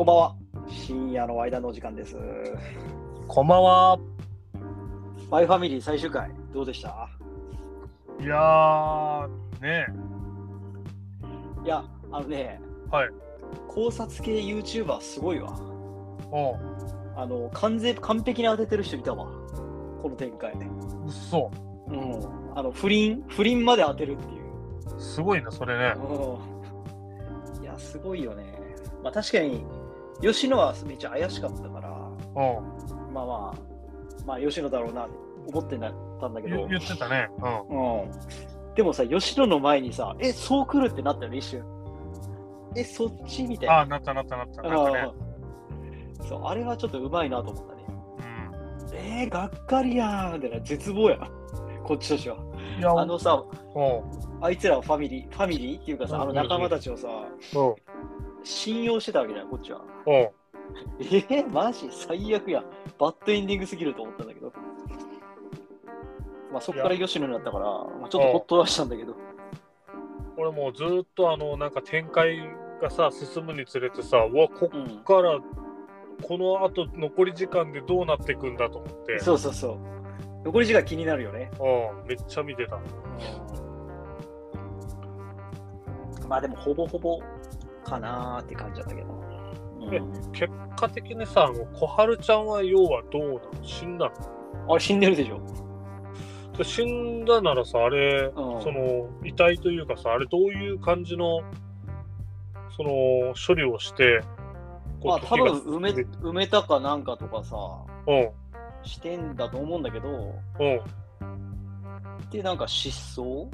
ばんは。深夜の間のお時間です。 こんばんは。 マイファミリー最終回、どうでした？ いやー、ねいや、 はい。 考察系 YouTuber すごいわ。 おう、 完璧に当ててる人いたわ。この展開。 うっそ。 うん。不倫まで当てるっていう。 すごいな、それね。 いや、すごいよね。まあ確かに、吉野はめっちゃ怪しかったから、 おう、 まあ吉野だろうなって思ってたんだけど。 言ってたね。 でもさ、吉野の前にさ、そう来るってなったよね、一瞬。そっちみたいな。 なった。なんかね。 そう、あれはちょっとうまいなと思ったね。がっかりやーみたいな、絶望や。こっちとしては。 いや、 さ、 おう、 あいつらはファミリーっていうかさ、仲間たちをさ、 おう、 信用してたわけじゃん、こっちは。 おう。 マジ最悪や。バッドエンディングすぎると思ったんだけど。まあそっから吉野になったから、まあ、ちょっとほっと出したんだけど。 俺もうずっとなんか展開がさ、進むにつれてさ、うわ、こっから、この後残り時間でどうなっていくんだと思って。 そう。残り時間気になるよね。 めっちゃ見てた。 まあでもほぼほぼかなーって感じだったけど。 結果的にさ、小春ちゃんは要はどうなの？死んだの？ あれ死んでるでしょ。 死んだならさ、あれ、その遺体というかさ、あれどういう感じのその処理をして、 まあ多分埋めたかなんかとかさ、してんだと思うんだけど、でなんか失踪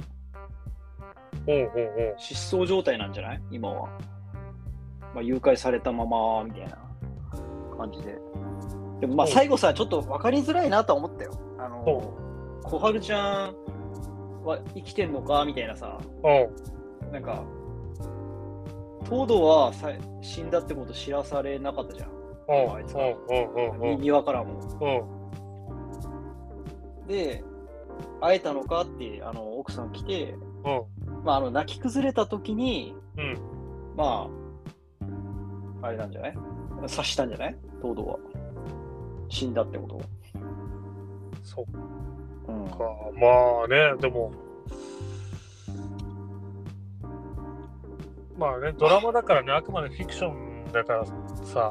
状態なんじゃない？今は。まあ誘拐されたままみたいな感じで。でもまあ最後さ、ちょっと分かりづらいなとは思ったよ。小春ちゃんは生きてんのかみたいなさ、なんか東堂は死んだってこと知らされなかったじゃん。あいつが庭からも。で、会えたのかって奥さん来て、まあ泣き崩れた時に、まああれなんじゃない？察したんじゃない？東堂は死んだってことを。 そっか、まあね、でもまあね、ドラマだからね、あくまでフィクションだからさ、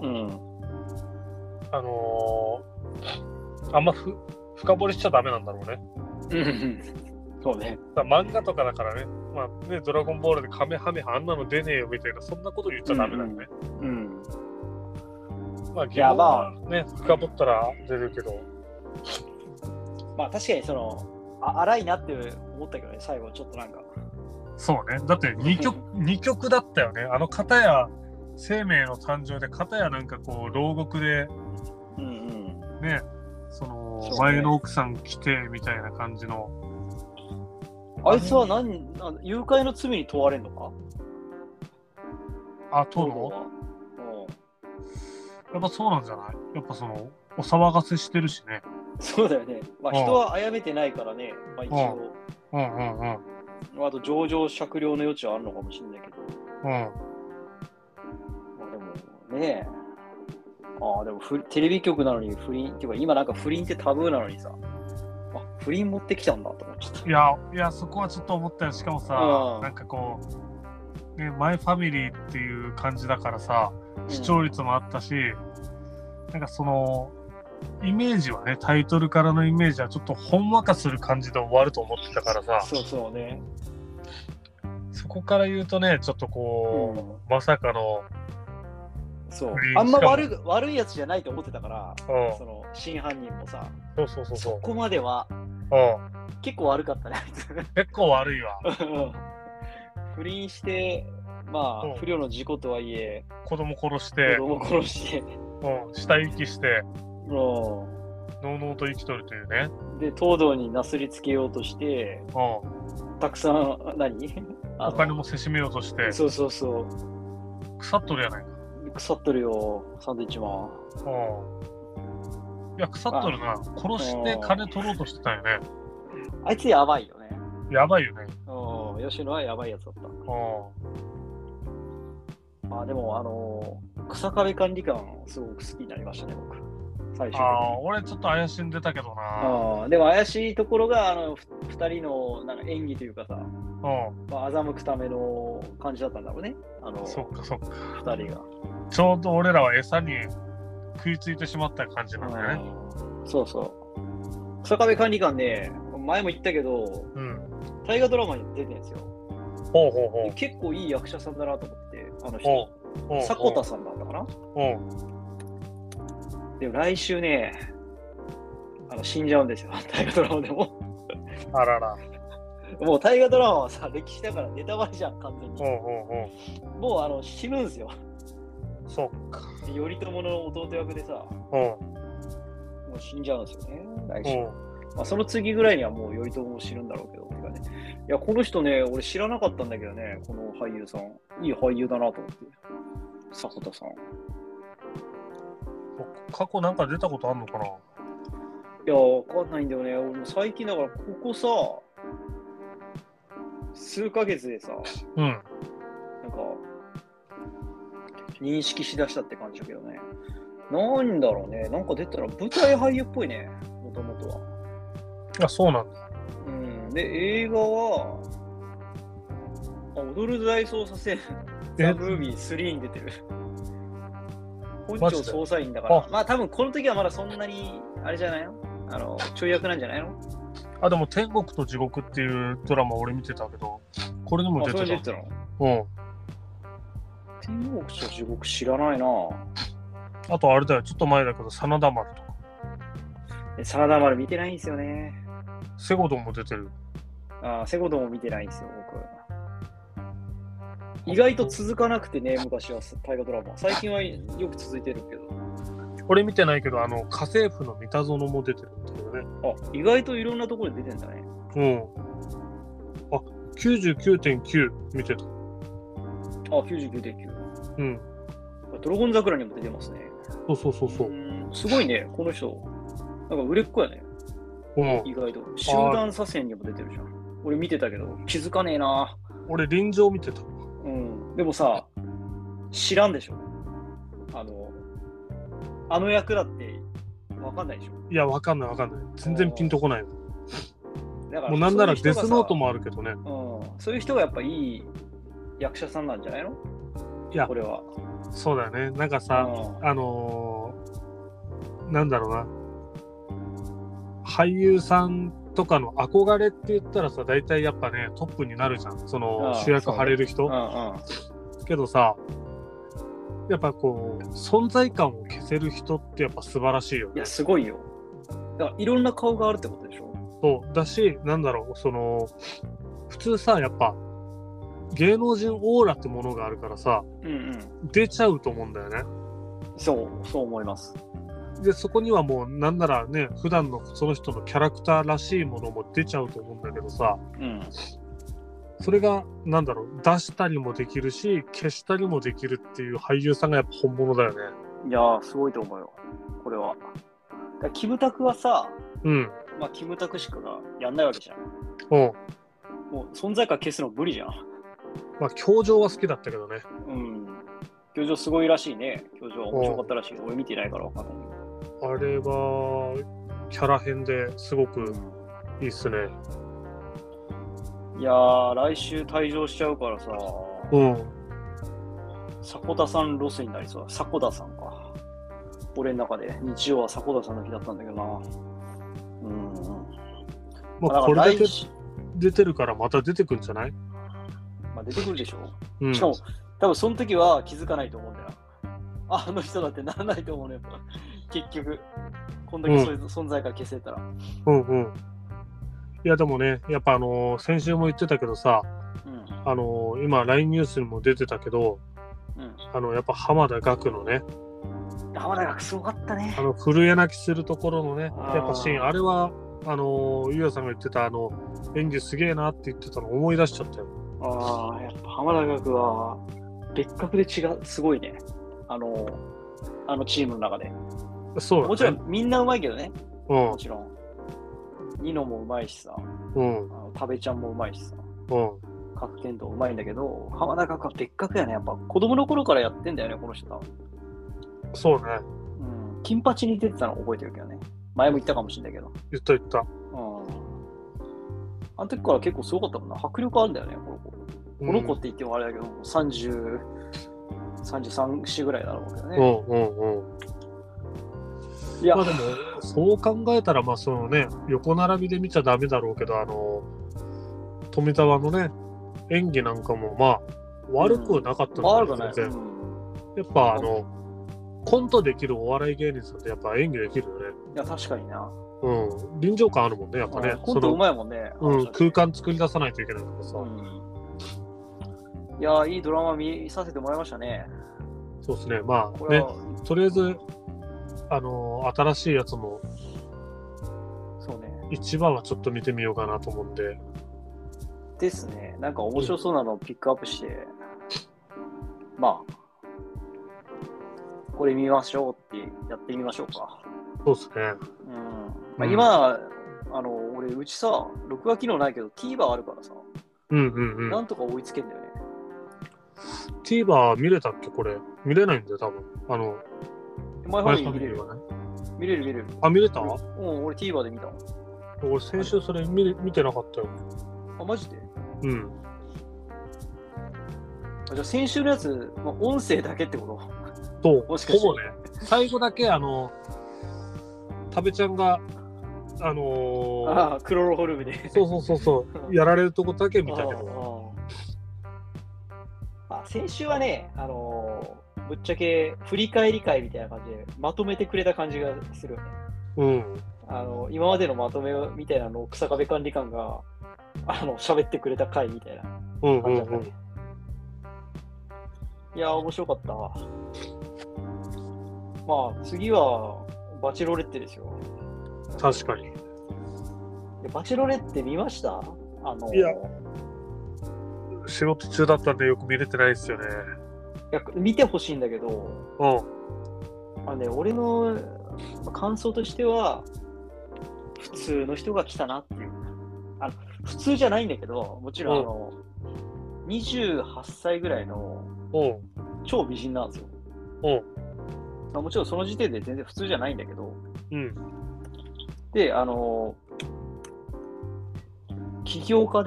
あんま深掘りしちゃダメなんだろうね。 そうね。 漫画とかだからね、まあね、ドラゴンボールでカメハメハあんなの出ねえよみたいな、そんなこと言っちゃダメだよね。まあ、疑問はね、深掘ったら出るけど。 まあ確かに荒いなって思ったけどね、最後ちょっとなんか。 そうね。だって2曲だったよね。片や生命の誕生で、片やなんかこう牢獄で、ね、その前の奥さん来てみたいな感じの。 あいつは誘拐の罪に問われるのか？ 問うの？やっぱそうなんじゃない？やっぱお騒がせしてるしね。 そうだよね。まあ人は殺めてないからね、まあ一応。あと情状酌量の余地はあるのかもしれないけど。まあでもね、でもテレビ局なのに不倫っていうか、今なんか不倫ってタブーなのにさ、不倫持ってきたんだと思っちゃった。 いやそこはちょっと思ったよ。しかもさ、なんかこう、ね、マイファミリーっていう感じだからさ、視聴率もあったし、なんかイメージはね、タイトルからのイメージはちょっとほんわかする感じで終わると思ってたからさ。 そうね。 ここから言うとね、ちょっとこう、まさかの。 あんま悪いやつじゃないと思ってたから、真犯人もさ、そこまでは結構悪かったね。 結構悪いわ。 不倫して、まあ不慮の事故とはいえ、 子供殺して、死体遺棄して、のうのうと生きとるというね。 で、東堂になすりつけようとして、たくさんお金もせしめようとして。 そう。 腐っとるやないか。 腐っとるよ、サンドイッチマン。 いや、腐っとるな。殺して金取ろうとしてたよね。 あいつやばいよね。 やばいよね。 吉野はやばいやつだった。でも草壁管理官すごく好きになりましたね、僕。最初。 俺ちょっと怪しんでたけどな。 でも怪しいところが、2人のなんか演技というかさ、欺くための感じだったんだろうね。 そっかそっか。 2人が。 ちょうど俺らは餌に食いついてしまった感じなんだよね。 そうそう。草壁管理官ね、前も言ったけど、大河ドラマに出てるんですよ。結構いい役者さんだなと思って、あの人。迫田さんなんだかな。でも来週ね、死んじゃうんですよ、大河ドラマでも。 あらら。 もう大河ドラマはさ、歴史だからネタバレじゃん、完全に。もう死ぬんですよ。 そっか。 頼朝の弟役でさ、もう死んじゃうんですよね、来週。その次ぐらいにはもう頼朝も死ぬんだろうけど、ね、いや、この人ね、俺知らなかったんだけどね、この俳優さん。いい俳優だなと思って。迫田さん。 過去なんか出たことあんのかな？いや、わかんないんだよね。俺も最近だから、ここさ、数ヶ月でさ、なんか、認識しだしたって感じだけどね。なんだろうね。なんか出たら舞台俳優っぽいね、もともとは。 あ、そうなんだ。 で、映画は、踊る大捜査線、ザ・ムービー3に出てる。本庁捜査員だから。まあ多分この時はまだそんなに、あれじゃないの？ちょい役なんじゃないの？ でも天国と地獄っていうドラマ俺見てたけど、これでも出てた。 それ出てたの？天国と地獄知らないな。 あとあれだよ、ちょっと前だけど、真田丸とか。 真田丸見てないんですよね。 セゴドンも出てる。 セゴドンも見てないんですよ、僕。意外と続かなくてね、昔は大河ドラマ。最近はよく続いてるけど。 俺見てないけど、家政婦の三田園も出てるんだけどね。 意外といろんなところで出てんだね。 99.9 見てた。 99.9。ドラゴン桜にも出てますね。 そう。 すごいね、この人。なんか売れっ子やね。意外と。集団左遷にも出てるじゃん。俺見てたけど、気づかねえな。 俺、臨場見てた。 でもさ、知らんでしょ。あの役だってわかんないでしょ。 いや、わかんない。全然ピンとこない。もうなんならデスノートもあるけどね。 そういう人がやっぱいい役者さんなんじゃないの？いや、これは。 そうだよね。なんかさ、なんだろうな。俳優さんとかの憧れって言ったらさ、大体やっぱね、トップになるじゃん。その主役張れる人。けどさ、やっぱこう、存在感を消せる人ってやっぱ素晴らしいよね。 いや、すごいよ。だからいろんな顔があるってことでしょ。 そうだし、なんだろう、普通さ、やっぱ芸能人オーラってものがあるからさ、出ちゃうと思うんだよね。 そう思います。 で、そこにはもうなんならね、普段のその人のキャラクターらしいものも出ちゃうと思うんだけどさ、それがなんだろう、出したりもできるし、消したりもできるっていう俳優さんがやっぱ本物だよね。 いやー、すごいと思うよ、これは。キムタクはさ、まあキムタクしかがやんないわけじゃん。もう存在感消すの無理じゃん。 まあ教場は好きだったけどね。 教場すごいらしいね。教場は面白かったらしい。俺見てないから分かんない。 あれはキャラ編ですごくいいっすね。 いやー、来週退場しちゃうからさ、迫田さんロスになりそう。迫田さんか。俺の中で日曜は迫田さんの日だったんだけどな。 まあこれだけ出てるからまた出てくるんじゃない？ まあ出てくるでしょ。しかも多分その時は気づかないと思うんだよ。あの人だってならないと思うのよ。結局こんだけそういう存在感消せたら。 いやでもね、やっぱ先週も言ってたけどさ、今 LINE ニュースにも出てたけど、やっぱ浜田岳のね、 浜田岳すごかったね。 震え泣きするところのね、やっぱシーン、あれはゆうやさんが言ってた演技すげえなって言ってたの思い出しちゃったよ。 やっぱ浜田岳は別格ですごいね。チームの中で。 そうだね。 もちろんみんなうまいけどね。もちろん。ニノもうまいしさ。多部ちゃんもうまいしさ。角健斗うまいんだけど、浜田岳は別格やね。やっぱ子供の頃からやってんだよね、この人多分。 そうね。 うん。金八に出てたの覚えてるけどね。前も言ったかもしれないけど。 言った。 うん。あの時から結構すごかったもんな。迫力あるんだよね、この子。この子って言ってもあれだけど、33、4ぐらいだろうけどね。 いや、まあでも、そう考えたら、まあそのね、横並びで見ちゃダメだろうけど、富澤のね、演技なんかも、まあ、悪くはなかったんだよね、全然。やっぱ、コントできるお笑い芸人さんってやっぱ演技できるよね。 いや、確かにな。 臨場感あるもんね、やっぱね。 コントうまいもんね。 空間作り出さないといけないからさ。 いや、いいドラマ見させてもらいましたね。 そうですね、まあね、とりあえず、新しいやつも、 そうね。 一番はちょっと見てみようかなと思うんで。 ですね。なんか面白そうなのをピックアップして、まあ、これ見ましょうってやってみましょうか。 そうですね。 まあ、今、俺、うちさ、録画機能ないけど、TVer あるからさ、なんとか追いつけんだよね。 TVer 見れたっけこれ。見れないんだよ、多分。 マイファミリー見れるよね。見れる。 あ、見れた？ 俺 TVer で見たの。 俺、先週それ見てなかったよ。 あ、マジで？じゃあ先週のやつ、音声だけってこと？ そう、もしかしてほぼね。最後だけ、食べちゃんが、 クロロホルムで。 そう、やられるとこだけ見たけど。 先週はね、ぶっちゃけ振り返り会みたいな感じでまとめてくれた感じがするよね。今までのまとめみたいなのを草壁管理官が喋ってくれた回みたいな感じだったね。いやー、面白かった。まあ、次はバチェロレッテですよ。 確かに。 バチェロレッテ見ました？ いや、仕事中だったんでよく見れてないですよね。 いや、見てほしいんだけど、俺の感想としては、普通の人が来たなっていう。普通じゃないんだけど、もちろん28歳ぐらいの超美人なんですよ。もちろんその時点で全然普通じゃないんだけど、で、起業家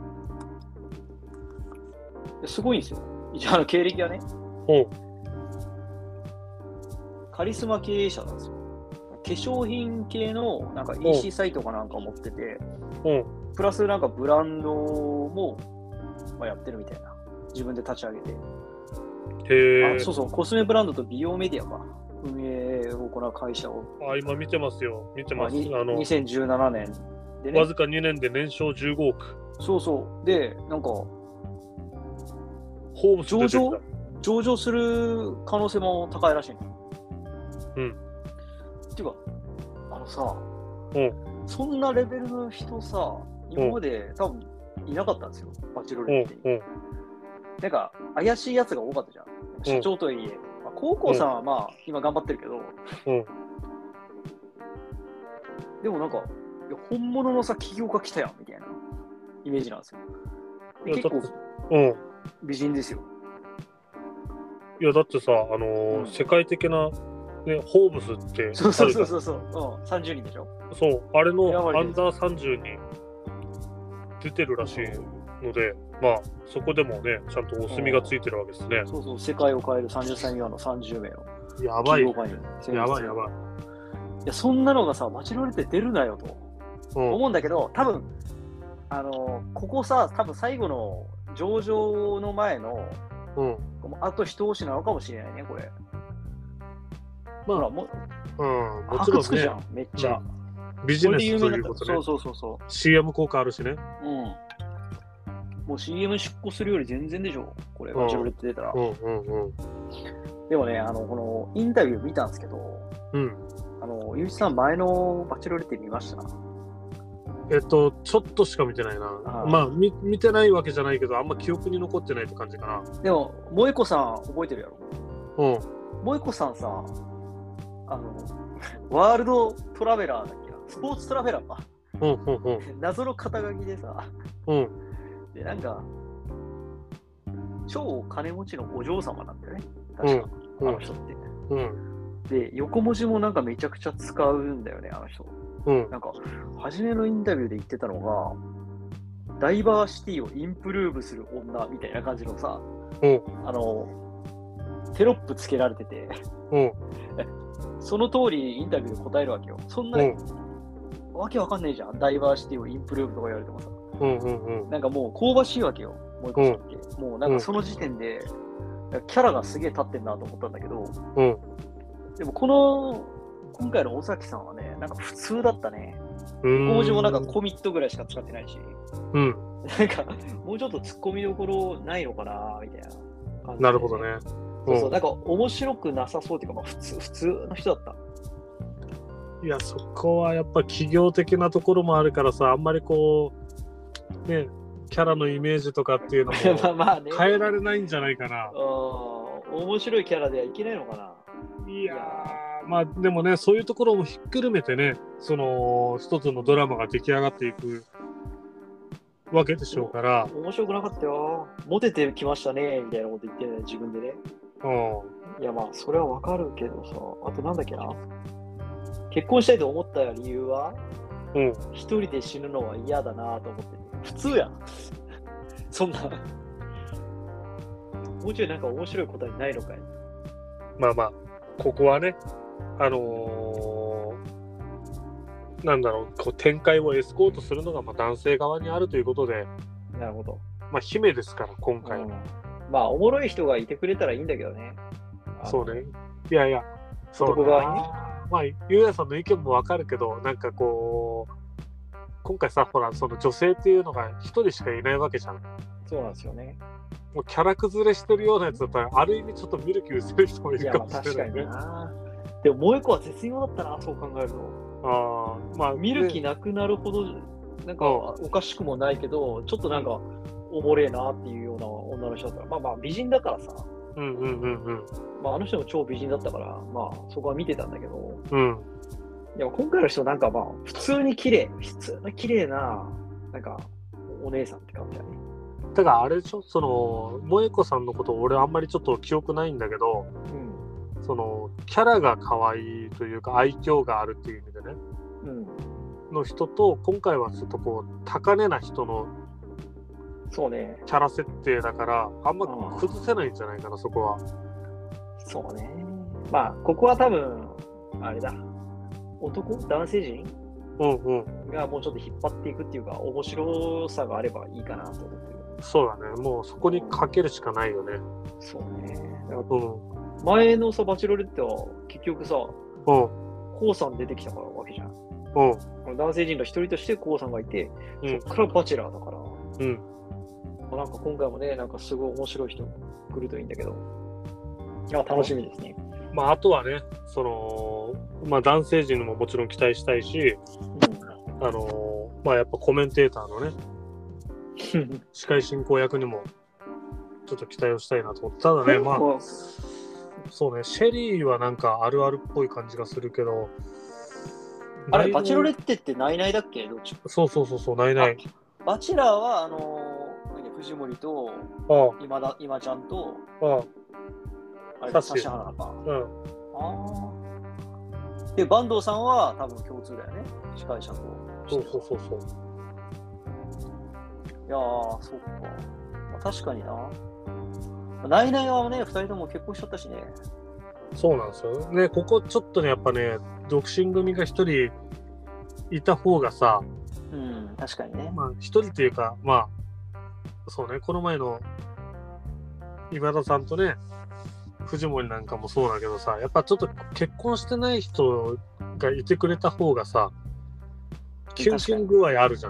ですごいんですよ。一応経歴はね。カリスマ経営者なんですよ。化粧品系のなんか EC サイトかなんかを持ってて、プラスなんかブランドも、やってるみたいな。自分で立ち上げて。そうそう、コスメブランドと美容メディアか。運営を行う会社を。 今見てますよ。 2017年でね。 わずか2年で年商15億。 そうそう。で、なんか、上場する可能性も高いらしいの。っていうか、そんなレベルの人さ、今まで多分いなかったんですよ、バチェロレッテに。なんか、怪しいやつが多かったじゃん。社長とはいえ。高校さんはまあ、今頑張ってるけど、でもなんか、本物のさ、起業家来たやん、みたいなイメージなんですよ。結構、美人ですよ。 いや、だってさ、世界的な、ね、ホーブスって。 そう。30人でしょ？ そう、あれのアンダー30に出てるらしいので、まあ、そこでもね、ちゃんとお墨がついてるわけですね。 そう、世界を変える30歳未満の30名の。 やばい。やばい。 いや、そんなのがさ、バチェロレッテ出るなよと思うんだけど、多分、ここさ、多分最後の上場の前の、あと一押しなのかもしれないね、これ。 まあ、 もちろんね、めっちゃ。 ビジネスということね。 そう。 CM 効果あるしね。 もう CM 出稿するより全然でしょ、これ、バチェロレッテ出たら。でもね、このインタビュー見たんですけど、ゆういちさん、前のバチェロレッテ見ました？ ちょっとしか見てないな。まあ見てないわけじゃないけど、あんま記憶に残ってないって感じかな。 でも、萌子さん覚えてるやろ？萌子さんさ、ワールドトラベラーだっけな、スポーツトラベラーか。謎の肩書きでさ、で、なんか、超金持ちのお嬢様なんだよね、確か、あの人って。 で、横文字もなんかめちゃくちゃ使うんだよね、あの人。なんか、初めのインタビューで言ってたのが、ダイバーシティをインプルーブする女みたいな感じのさ、テロップつけられてて、その通りインタビューで答えるわけよ。そんな、わけわかんないじゃん。ダイバーシティをインプルーブとか言われてもさ。なんかもう香ばしいわけよ。もう一個さって。もうなんかその時点で、キャラがすげえ立ってんなと思ったんだけど、でも今回の尾崎さんはね、なんか普通だったね。横文字もなんかコミットぐらいしか使ってないし、なんかもうちょっと突っ込みどころないのかなみたいな感じで、ね。 なるほどね。 そう、なんか面白くなさそうっていうか、普通の人だった。 いや、そこはやっぱ企業的なところもあるからさ、あんまりこう、ね、キャラのイメージとかっていうのも変えられないんじゃないかな。 面白いキャラではいけないのかな。 いやー、まあでもね、そういうところもひっくるめてね、その一つのドラマが出来上がっていくわけでしょうから。 面白くなかったよ。モテてきましたねみたいなこと言ってね、自分でね。いやまあそれはわかるけどさ、あとなんだっけな。結婚したいと思った理由は、一人で死ぬのは嫌だなと思って、普通やん。そんな。もうちょいなんか面白い答えないのかい。 まあまあ、ここはね、なんだろう、こう展開をエスコートするのがまあ男性側にあるということで、 なるほど。 まあ姫ですから、今回は。 まあ、おもろい人がいてくれたらいいんだけどね。 そうね。いやいや、 男側にね。 まあ、ゆうやさんの意見もわかるけど、なんかこう、今回さ、ほら、その女性っていうのが一人しかいないわけじゃん。 そうなんですよね。 もうキャラ崩れしてるようなやつだったら、ある意味ちょっと見る気失せる人もいるかもしれないね。 いや、まあ確かにな。でももう一個は絶妙だったな、そう考えると。まあ、見る気なくなるほど、なんかおかしくもないけど、ちょっとなんかおもれえなっていうような女の人だったら、まあまあ美人だからさ。まああの人も超美人だったから、まあそこは見てたんだけど。でも今回の人なんかまあ普通に綺麗な、なんかお姉さんって感じだね。 だからあれでしょ、その萌子さんのこと俺あんまりちょっと記憶ないんだけど、そのキャラが可愛いというか愛嬌があるっていう意味でね、の人と今回はちょっとこう高値な人のそうねキャラ設定だからあんま崩せないんじゃないかな、そこは。 そうね。まあここは多分あれだ、男性陣がもうちょっと引っ張っていくっていうか、面白さがあればいいかなと思ってる。 そうだね、もうそこにかけるしかないよね。 そうね。前のさバチェロレッテは結局さ、コウさん出てきたからわけじゃん。男性陣の一人としてコウさんがいて、そっからバチェラーだから。なんか今回もね、なんかすごい面白い人来るといいんだけど、楽しみですね。 まああとはね、そのまあ男性陣ももちろん期待したいし、まあやっぱコメンテーターのね司会進行役にもちょっと期待をしたいなと思って。ただね、まあそうね、シェリーはなんかあるあるっぽい感じがするけど、 あれバチェロレッテってナイナイだっけ？どっち？ そうナイナイ。 バチェラーは藤森と今ちゃんとあれ指原か。で坂東さんは多分共通だよね、司会者と。 そう。 いやー、そっか。確かにな。ナイナイはね、2人とも結婚しちゃったしね。 そうなんですよね。ここちょっとね、やっぱね、独身組が1人いた方がさ、 確かにね。 まあ、1人っていうか、まあ、そうね、この前の今田さんとね、藤森なんかもそうだけどさ、やっぱちょっと結婚してない人がいてくれた方がさ、キュンキュン具合あるじゃん。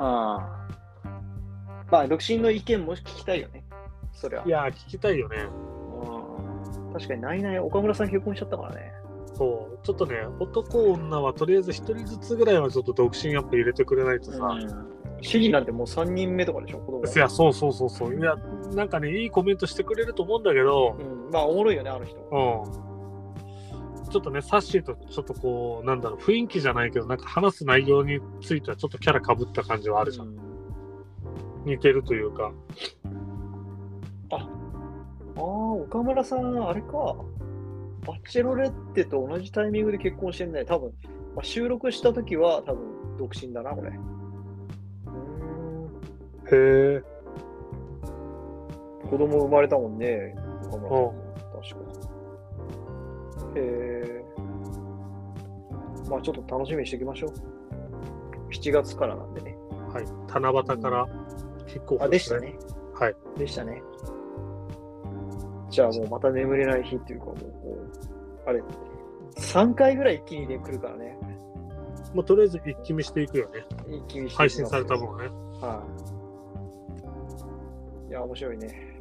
まあ、独身の意見も聞きたいよね。それは。 いや、聞きたいよね。 確かに、ナイナイ、岡村さん結婚しちゃったからね。 そう、ちょっとね、男、女はとりあえず1人ずつぐらいはちょっと独身やっぱ入れてくれないとさ。 主義なんてもう3人目とかでしょ、子供。 いや、そう。いや、なんかね、いいコメントしてくれると思うんだけど、 まあ、おもろいよね、あの人。 ちょっとね、サッシーとちょっとこう、なんだろう、雰囲気じゃないけど、なんか話す内容についてはちょっとキャラかぶった感じはあるじゃん。似てるというか。 岡村さん、あれか。 バチェロレッテと同じタイミングで結婚してんね。多分、まあ、収録した時は多分独身だな、これ。 へえ。 子供生まれたもんね、岡村さんも。確か。へえ。まあちょっと楽しみにしていきましょう。7月からなんでね。 はい。七夕からキックオフですね。 あ、でしたね。 はい。 でしたね。じゃあもうまた眠れない日っていうか、もう、あれ、3回ぐらい一気にね、来るからね。 まあ、とりあえず一気見していくよね。 一気見して配信された分ね。 はい。いや、面白いね。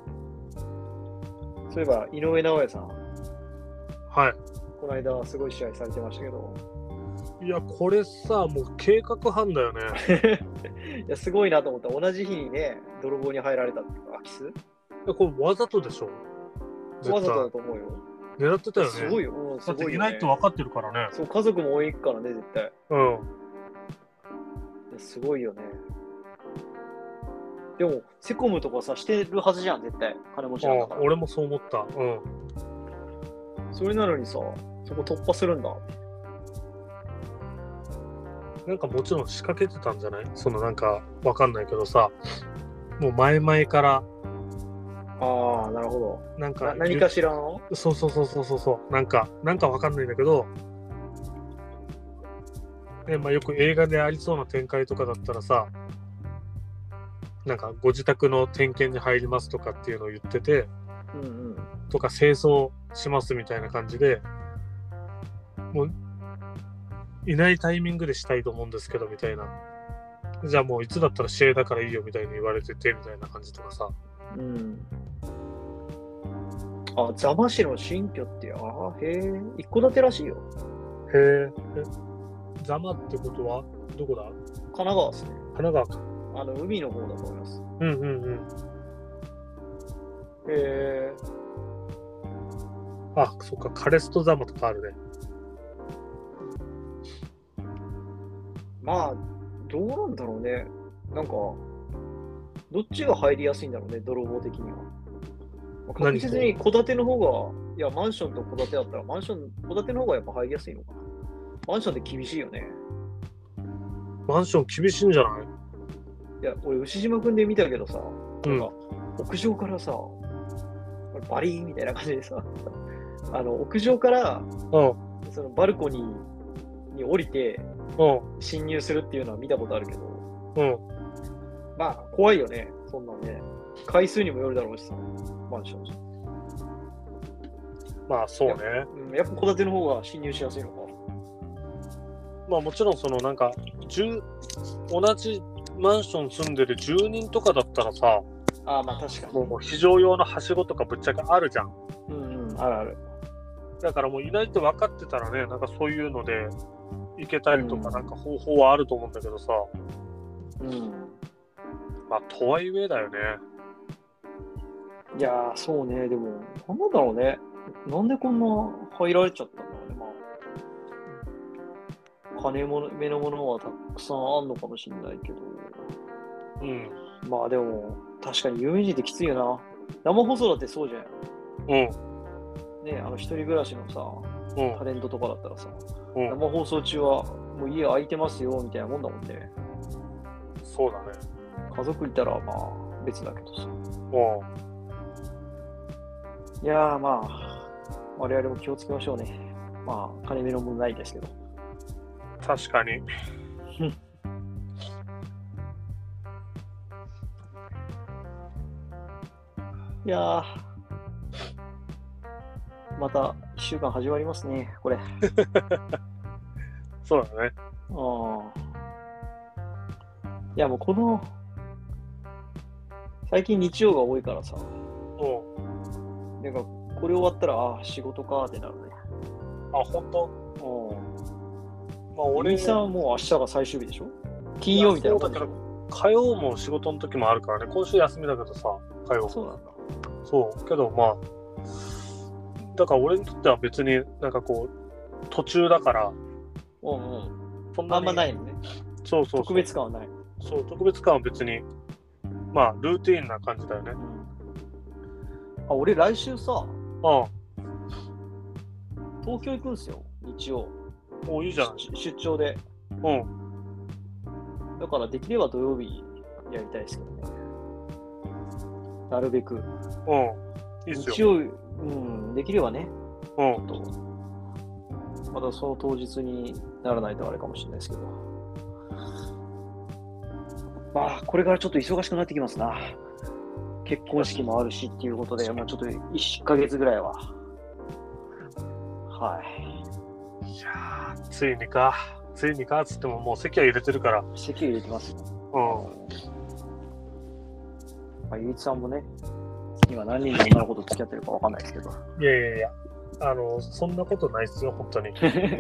そういえば、井上尚弥さん。 はい。 この間、すごい試合されてましたけど。 いや、これさ、もう計画犯だよね。 いや、すごいなと思った。同じ日にね、泥棒に入られたっていうか、空き巣？ これわざとでしょ？ わざとだと思うよ。 狙ってたよね。 すごいよ。うん、すごいよね。 だっていないと分かってるからね。 そう、家族も応援行くからね、絶対。 うん。 すごいよね。でも、セコムとかさ、してるはずじゃん、絶対。金持ちなんだから。 俺もそう思った。うん。 それなのにさ、そこ突破するんだ。 なんかもちろん仕掛けてたんじゃない？そのなんかわかんないけどさ、もう前々から。 ああ、なるほど。 なんか何かしらの？ そう。なんかわかんないんだけど、ね、まあよく映画でありそうな展開とかだったらさ、なんかご自宅の点検に入りますとかっていうのを言ってて、とか清掃しますみたいな感じで、もういないタイミングでしたいと思うんですけどみたいな。じゃあもういつだったら試合だからいいよみたいに言われててみたいな感じとかさ。 うん。あ、座間市の新居って、へえ、一戸建てらしいよ。 へえ。座間ってことはどこだ？ 神奈川ですね。 神奈川か。 海の方だと思います。へえ。 あ、そっか、カレスト座間とかあるね。 まあ、どうなんだろうね。なんか、どっちが入りやすいんだろうね、泥棒的には。確実に戸建ての方が、いや、マンションと戸建てだったら、戸建ての方がやっぱ入りやすいのかな。マンションって厳しいよね。 マンション厳しいんじゃない？ いや、俺、牛島くんで見たけどさ、なんか、屋上からさ、バリーンみたいな感じでさ、屋上から、そのバルコニーに降りて、侵入するっていうのは見たことあるけど、まあ、怖いよね、そんなんね。回数にもよるだろうしさ、マンションじゃ。 まあ、そうね。 やっぱ戸建ての方が侵入しやすいのか。 まあ、もちろん、そのなんか、同じマンション住んでる住人とかだったらさ、 まあ確かに。 もう非常用のはしごとかぶっちゃけあるじゃん。 あるある。 だからもういないと分かってたらね、なんかそういうので行けたりとかなんか方法はあると思うんだけどさ。まあとはいえだよね。 いやー、そうね。でも、なんなんだろうね。なんでこんな入られちゃったんだろうね。まあ、金目のものはたくさんあんのかもしれないけど。まあでも、確かに有名人ってきついよな。生放送だってそうじゃん。ね、一人暮らしのさ、タレントとかだったらさ、生放送中はもう家空いてますよみたいなもんだもんね。 そうだね。 家族いたらまあ別だけどさ。いやーまあ、我々も気をつけましょうね。まあ、金目のものないですけど。 確かに。 いやー、また1週間始まりますね、これ。 そうだね。 いや、もう最近日曜が多いからさ。なんか、これ終わったら、仕事かってなるね。 本当？ まあ、俺さんはもう明日が最終日でしょ？金曜みたいな感じでしょ？ 火曜も仕事の時もあるからね。今週休みだけどさ、火曜。 そうなんだ。 そうけどまあだから俺にとっては別になんかこう途中だからそんなあんまないのね。 そう特別感はない。 そう特別感は別にまあルーティーンな感じだよね。 俺来週さ東京行くんですよ、日曜。 お、いいじゃない。 出張で。 うん。 だからできれば土曜日やりたいですけどね。なるべく。 うん。いいっすよ。 日曜、できればね。 うん。 またその当日にならないとあれかもしれないですけど。まあ、これからちょっと忙しくなってきますな。結婚式もあるしっていうことで、もうちょっと1ヶ月ぐらいは。はい。 いやー、ついにかっつってももう席は入れてるから。 席入れてます。まあ、ゆういちさんもね、今何人の女の子と付き合ってるかわかんないですけど。 いや、そんなことないっすよ、本当に。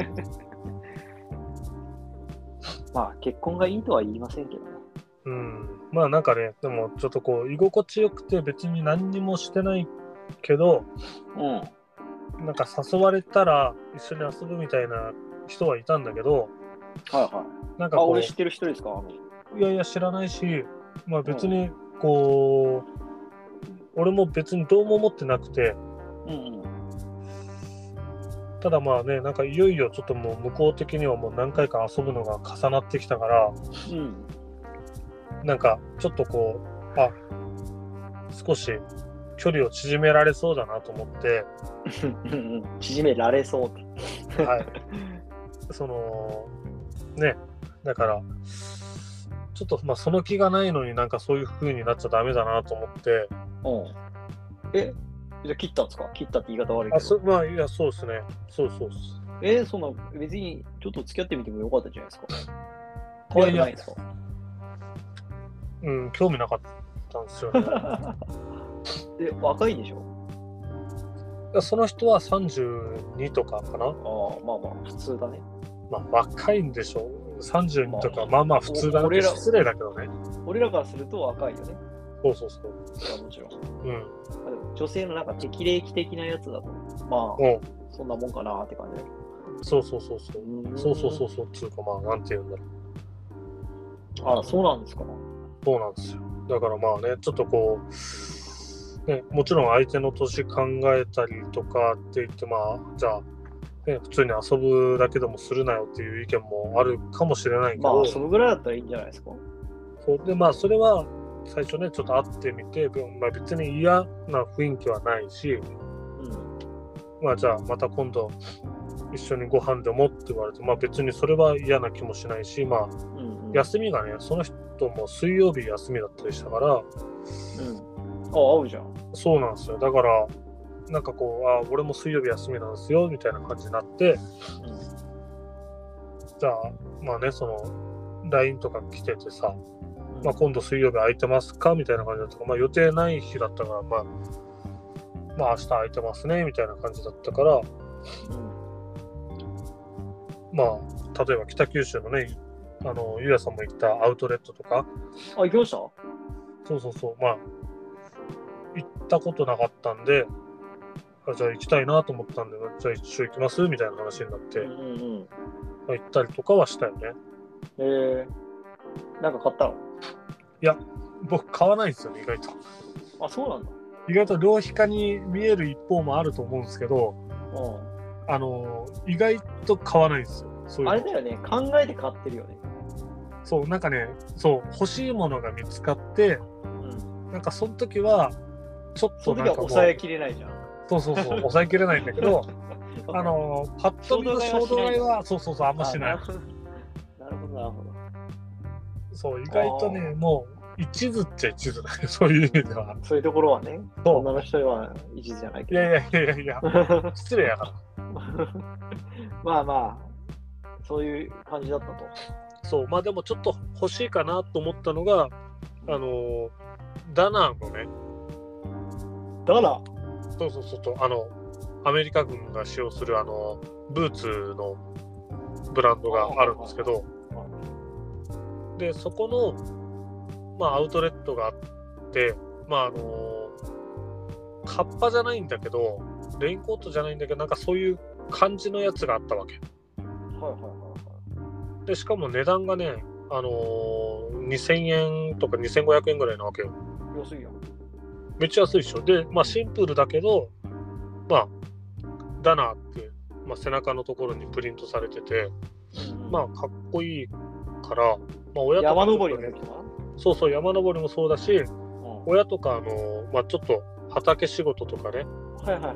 まあ、結婚がいいとは言いませんけどね。 まあなんかね、でもちょっとこう居心地よくて別に何にもしてないけど、なんか誘われたら一緒に遊ぶみたいな人はいたんだけど、 なんか俺知ってる人ですか？ いや知らないし、まあ別にこう、俺も別にどうも思ってなくて、ただまあね、なんかいよいよちょっともう向こう的にはもう何回か遊ぶのが重なってきたから、なんかちょっとこう少し距離を縮められそうだなと思って縮められそうってはいそのね、だからちょっとまあその気がないのになんかそういう風になっちゃダメだなと思って。 じゃあ切ったんですか？切ったって言い方悪いけど。 まあいや、そうですね。そうっす。 そんな別にちょっと付き合ってみてもよかったじゃないですか。可愛くないですか？ 興味なかったんですよね。 若いんでしょ？ その人は32とかかな。 まあ普通だね。 まあ若いんでしょう。32とか、まあ普通だね。失礼だけどね。 俺らからすると若いよね。 そう。 いやもちろん。女性のなんか適齢期的なやつだと、まあ、そんなもんかなって感じだけど。そうつうか、まあなんて言うんだろう。そうなんですか。 そうなんですよ。だからまあね、ちょっとこう、ね、もちろん相手の年考えたりとかって言って、まあ、じゃあ、ね、普通に遊ぶだけでもするなよっていう意見もあるかもしれないけど。 まあ、そのぐらいだったらいいんじゃないですか。 そうで、まあ、それは最初ね、ちょっと会ってみて、まあ、別に嫌な雰囲気はないし、まあ、じゃあ、また今度、一緒にご飯でもって言われて、まあ別にそれは嫌な気もしないし、まあ、休みがね、その人も水曜日休みだったりしたから、 合うじゃん。 そうなんですよ。だから、なんかこう、俺も水曜日休みなんですよ、みたいな感じになって、じゃあ、まあね、その、LINE とか来ててさ、まあ今度水曜日空いてますかみたいな感じだったから、まあ予定ない日だったから、まあ明日空いてますね、みたいな感じだったから、まあ、例えば北九州のね、ゆうやさんも行ったアウトレットとか。 行きました？ そう。まあ、行ったことなかったんで、じゃあ行きたいなと思ったんで、じゃあ一緒行きますみたいな話になって、まあ、行ったりとかはしたよね。 なんか買ったの？ いや、僕買わないんですよね、意外と。 そうなんだ。 意外と浪費家に見える一方もあると思うんですけど、意外と買わないんですよ。そういうの。 あれだよね、考えて買ってるよね。 そう、なんかね、欲しいものが見つかって、なんかその時は、ちょっとなんかもう。 その時は抑えきれないじゃん。 そう、抑えきれないんだけど、パッと見の衝動買いは、そう、あんましない。 なるほど。 そう、意外とね、もう、一途っちゃ一途だね、そういう意味では。 そういうところはね、女の人は一途じゃないけど。 いや、失礼やから。 まあ、そういう感じだったと。 そう、まあでもちょっと欲しいかなと思ったのが、ダナーのね。 ダナー？ そう、アメリカ軍が使用するブーツのブランドがあるんですけど、で、そこの、まあアウトレットがあって、まあカッパじゃないんだけど、レインコートじゃないんだけど、なんかそういう感じのやつがあったわけ。で、しかも値段がね、2000円とか2500円ぐらいなわけよ。 安いよ。 めっちゃ安いでしょ。で、まあシンプルだけど、まあ、ダナーってまあ、背中のところにプリントされてて、まあかっこいいから、まあ、親とか、 山登りの時とか。 そうそう、山登りもそうだし、親とかまあ、ちょっと畑仕事とかね、 はいはいはい。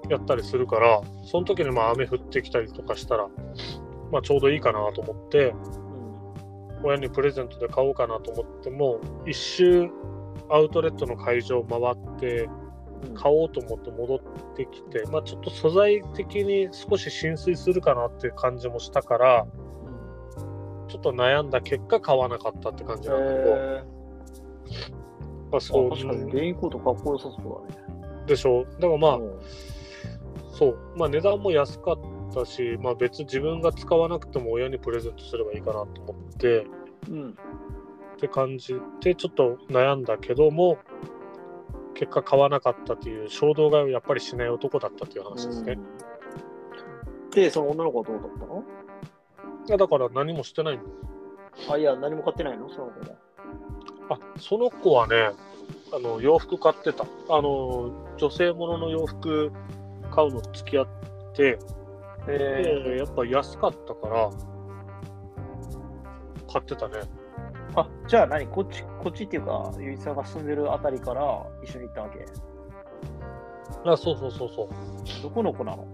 やったりするから、その時にまあ雨降ってきたりとかしたら、まあ、ちょうどいいかなと思って、親にプレゼントで買おうかなと思っても、一周アウトレットの会場を回って買おうと思って戻ってきて、まあ、ちょっと素材的に少し浸水するかなっていう感じもしたから、ちょっと悩んだ結果買わなかったって感じなんだけど、まあ、そう確かにレインコートかっこよさそうだね。 でしょ。だからまあ、そう、まあ、値段も安かったし、まあ、別に自分が使わなくても親にプレゼントすればいいかなと思って、って感じでちょっと悩んだけども、結果買わなかったっていう衝動買いをやっぱりしない男だったっていう話ですね。 で、その女の子はどうだったの？ いや、だから何もしてないんだ。 あ、いや、何も買ってないのその子も。 あ、その子はね、洋服買ってた。女性ものの洋服買うの付き合って、やっぱ安かったから買ってたね。 あ、じゃあ何こっちっていうか、ゆいさんが住んでるあたりから一緒に行ったわけ？ あ、そう。 どこの子なの？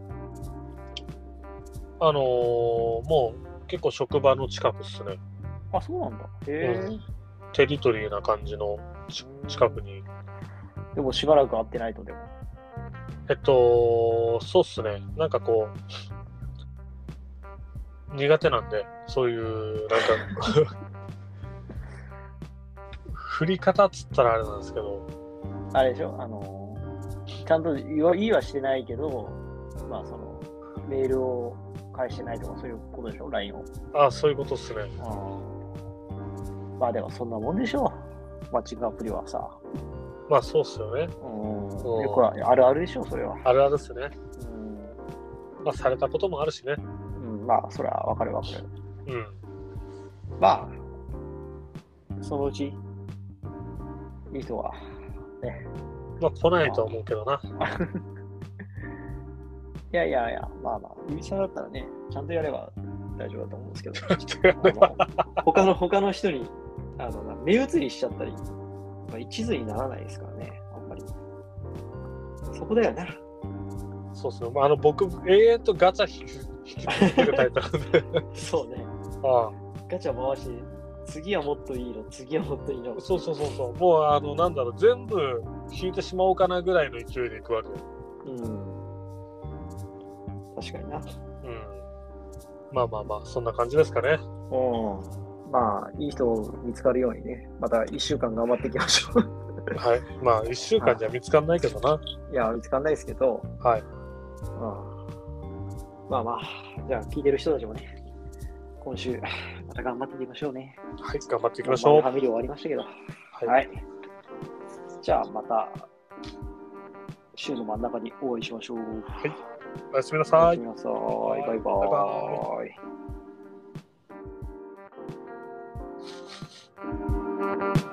もう結構職場の近くっすね。 あ、そうなんだ。へえ。 テリトリーな感じの近くに。 でもしばらく会ってないとでも。 そうっすね。なんかこう、苦手なんで、そういう、なんか、振り方っつったらあれなんですけど。 あれでしょちゃんと言いはしてないけど、まあその、メールを返してないとかそういうことでしょ ?LINE を。 ああ、そういうことっすね。 まあでもそんなもんでしょう。マッチングアプリはさ。 まあそうっすよね。 よくあるあるでしょ、それは。 あるあるっすね。まあされたこともあるしね。 まあそれはわかる。まあ、そのうち、いい人は、ね。 まあ来ないと思うけどな。 いや、まあ、ゆいさんだったらね、ちゃんとやれば大丈夫だと思うんですけど、他の人に目移りしちゃったり、一途にならないですからね、あんまり。そこだよね。 そうっすね。僕、永遠とガチャ引き続けるタイプなんで。 そうね。ガチャ回して、次はもっといいの、次はもっといいの。 そう。もう、なんだろう、全部引いてしまおうかなぐらいの勢いでいくわけ。 確かにな。 まあ、そんな感じですかね。 まあ、いい人見つかるようにね、また1週間頑張っていきましょう。 はい。まあ、1週間じゃ見つかんないけどな。 いや、見つかんないですけど、 はい。 まあ、じゃあ聞いてる人たちもね、今週、また頑張っていきましょうね。 はい、頑張っていきましょう。 ファミリー終わりましたけど。はい。じゃあ、また、週の真ん中にお会いしましょう。はい。 おやすみなさい。 バイバイ。